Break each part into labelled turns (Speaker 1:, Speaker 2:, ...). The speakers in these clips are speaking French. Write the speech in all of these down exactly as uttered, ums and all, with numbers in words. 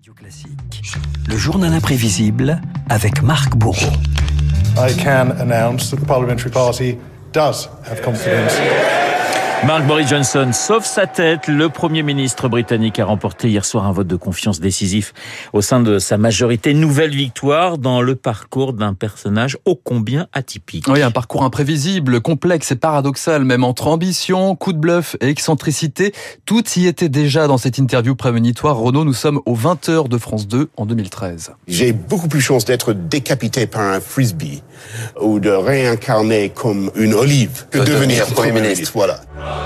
Speaker 1: Radio Classique, le journal imprévisible avec Marc Bourreau.
Speaker 2: I can announce that the Parliamentary Party does have confidence.
Speaker 3: Mark Boris Johnson sauve sa tête. Le Premier ministre britannique a remporté hier soir un vote de confiance décisif au sein de sa majorité. Nouvelle victoire dans le parcours d'un personnage ô combien atypique.
Speaker 4: Oui, un parcours imprévisible, complexe et paradoxal, même entre ambition, coup de bluff et excentricité. Tout y était déjà dans cette interview prémonitoire. Renaud, nous sommes aux vingt heures de France deux en deux mille treize.
Speaker 5: J'ai beaucoup plus chance d'être décapité par un frisbee ou de réincarner comme une olive que de devenir Premier ministre. Voilà.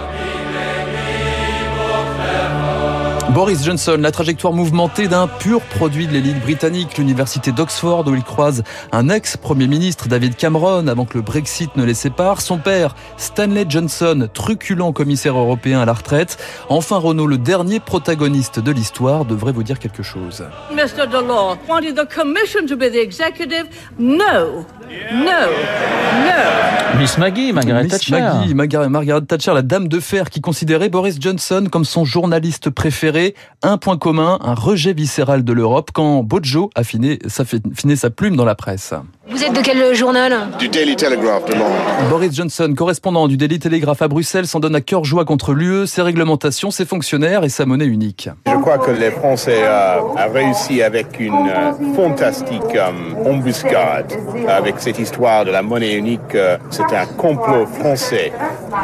Speaker 4: Boris Johnson, la trajectoire mouvementée d'un pur produit de l'élite britannique, l'université d'Oxford où il croise un ex-premier ministre, David Cameron, avant que le Brexit ne les sépare. Son père, Stanley Johnson, truculent commissaire européen à la retraite. Enfin, Renaud, le dernier protagoniste de l'histoire, devrait vous dire quelque chose.
Speaker 6: mister Delors wanted the commission to be the executive. No, no, no.
Speaker 3: Miss Maggie, Margaret
Speaker 4: Miss
Speaker 3: Thatcher.
Speaker 4: Maggie, Margaret, Margaret Thatcher, la dame de fer qui considérait Boris Johnson comme son journaliste préféré. Un point commun, un rejet viscéral de l'Europe quand Bojo a finé sa, finé sa plume dans la presse.
Speaker 7: Vous êtes de quel journal ?
Speaker 5: Du Daily Telegraph de Londres.
Speaker 4: Boris Johnson, correspondant du Daily Telegraph à Bruxelles, s'en donne à cœur joie contre l'U E, ses réglementations, ses fonctionnaires et sa monnaie unique.
Speaker 5: Je crois que les Français euh, ont réussi avec une euh, fantastique euh, embuscade, avec cette histoire de la monnaie unique. Euh, c'était un complot français.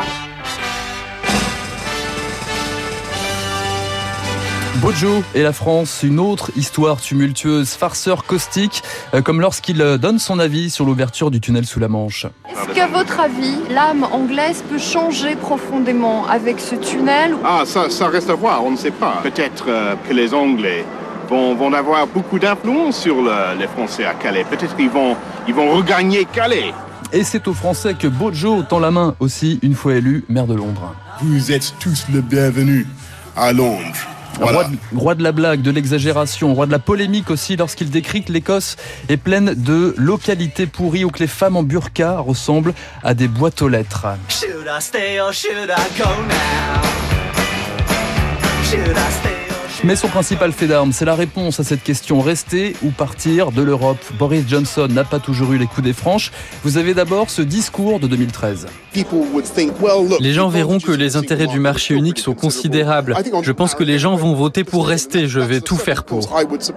Speaker 4: Bojo et la France, une autre histoire tumultueuse, farceur caustique, euh, comme lorsqu'il donne son avis sur l'ouverture du tunnel sous la Manche.
Speaker 8: Est-ce qu'à votre avis, l'âme anglaise peut changer profondément avec ce tunnel ?
Speaker 5: Ah, ça, ça reste à voir, on ne sait pas. Peut-être euh, que les Anglais vont, vont avoir beaucoup d'influence sur le, les Français à Calais. Peut-être qu'ils vont, ils vont regagner Calais.
Speaker 4: Et c'est aux Français que Bojo tend la main aussi, une fois élu maire de Londres.
Speaker 5: Vous êtes tous le bienvenu à Londres. Voilà.
Speaker 4: Roi, de, roi de la blague, de l'exagération, roi de la polémique aussi lorsqu'il décrit que l'Écosse est pleine de localités pourries où que les femmes en burqa ressemblent à des boîtes aux lettres. Should I stay or should I go now? Should I stay? Mais son principal fait d'armes, c'est la réponse à cette question, rester ou partir de l'Europe. Boris Johnson n'a pas toujours eu les coups des franches. Vous avez d'abord ce discours de deux mille treize.
Speaker 9: Les gens verront que les intérêts du marché unique sont considérables. Je pense que les gens vont voter pour rester. Je vais tout faire pour.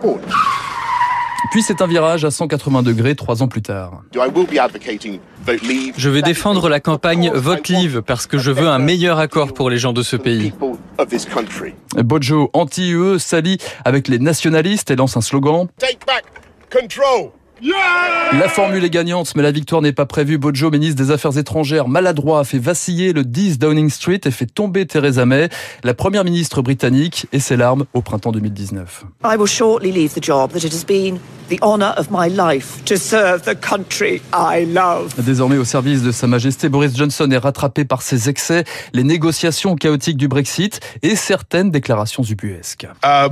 Speaker 4: Puis c'est un virage à cent quatre-vingts degrés trois ans plus tard.
Speaker 9: Je vais défendre la campagne Vote Leave parce que je veux un meilleur accord pour les gens de ce pays.
Speaker 4: Bojo, anti-U E, s'allie avec les nationalistes et lance un slogan.
Speaker 5: Take back control.
Speaker 4: Yeah! La formule est gagnante, mais la victoire n'est pas prévue. Bojo, ministre des Affaires étrangères, maladroit, a fait vaciller le dix Downing Street et fait tomber Theresa May, la première ministre britannique, et ses larmes au printemps deux mille dix-neuf.
Speaker 10: I will shortly leave the job that it has been the honor of my life to serve the country I love.
Speaker 4: Désormais au service de Sa Majesté, Boris Johnson est rattrapé par ses excès, les négociations chaotiques du Brexit et certaines déclarations ubuesques.
Speaker 5: Uh,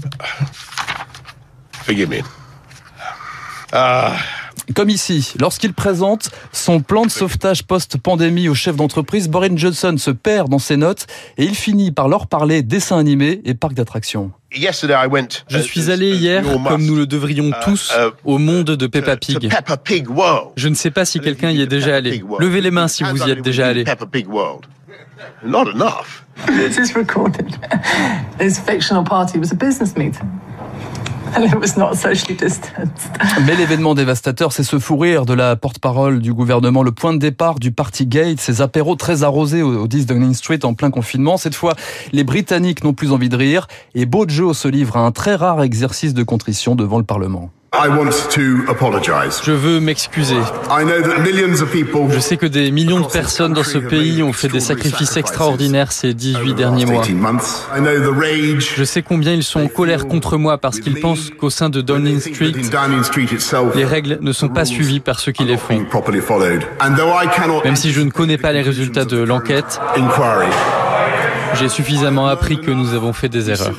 Speaker 5: forgive me. Uh...
Speaker 4: Comme ici, lorsqu'il présente son plan de sauvetage post-pandémie au chef d'entreprise, Boris Johnson se perd dans ses notes et il finit par leur parler dessin animé et parc d'attractions.
Speaker 9: Je suis allé hier, comme nous le devrions tous, au monde de Peppa Pig. Je ne sais pas si quelqu'un y est déjà allé. Levez les mains si vous y êtes déjà allé.
Speaker 5: Not enough.
Speaker 11: This is recorded. This fictional party was a business meeting. And it was not socially distanced.
Speaker 4: Mais l'événement dévastateur, c'est ce fou rire de la porte-parole du gouvernement, le point de départ du Partygate, ces apéros très arrosés au dix Downing Street en plein confinement. Cette fois, les Britanniques n'ont plus envie de rire et Bojo se livre à un très rare exercice de contrition devant le Parlement.
Speaker 5: I want to apologize.
Speaker 9: Je veux m'excuser.
Speaker 5: I know that millions of people
Speaker 9: Je sais que des millions de personnes dans ce pays ont fait des sacrifices extraordinaires ces dix-huit derniers mois.
Speaker 5: Je
Speaker 9: sais combien ils sont en colère contre moi parce qu'ils pensent qu'au sein de Downing Street, les règles ne sont pas suivies par ceux qui les font. Même si je ne connais pas les résultats de l'enquête, j'ai suffisamment appris que nous avons fait des erreurs.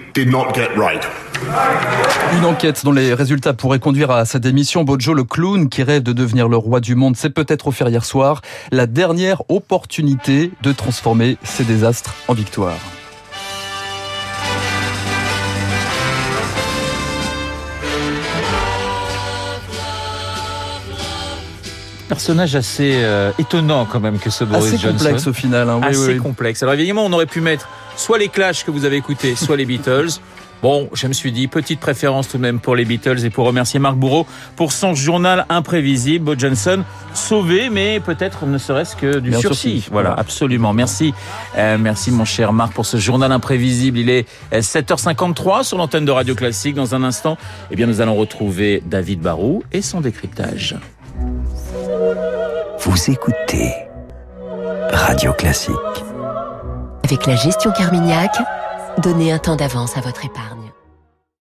Speaker 4: Une enquête dont les résultats pourraient conduire à sa démission. Bojo, le clown qui rêve de devenir le roi du monde, s'est peut-être offert hier soir la dernière opportunité de transformer ses désastres en victoire.
Speaker 3: Personnage assez euh, étonnant quand même que ce Boris
Speaker 4: assez
Speaker 3: Johnson.
Speaker 4: Assez complexe au final. Hein. Oui,
Speaker 3: assez
Speaker 4: oui, oui.
Speaker 3: complexe. Alors évidemment, on aurait pu mettre soit les Clash que vous avez écoutés, soit les Beatles. Bon, je me suis dit, petite préférence tout de même pour les Beatles et pour remercier Marc Bourreau pour son journal imprévisible. Bo Johnson sauvé, mais peut-être ne serait-ce que du
Speaker 4: Bien
Speaker 3: sursis.
Speaker 4: sursis.
Speaker 3: Voilà, absolument. Merci, euh, merci mon cher Marc pour ce journal imprévisible. Il est sept heures cinquante-trois sur l'antenne de Radio Classique. Dans un instant, eh bien, nous allons retrouver David Barrault et son décryptage.
Speaker 1: Vous écoutez Radio Classique.
Speaker 7: Avec la gestion Carmignac, donnez un temps d'avance à votre épargne.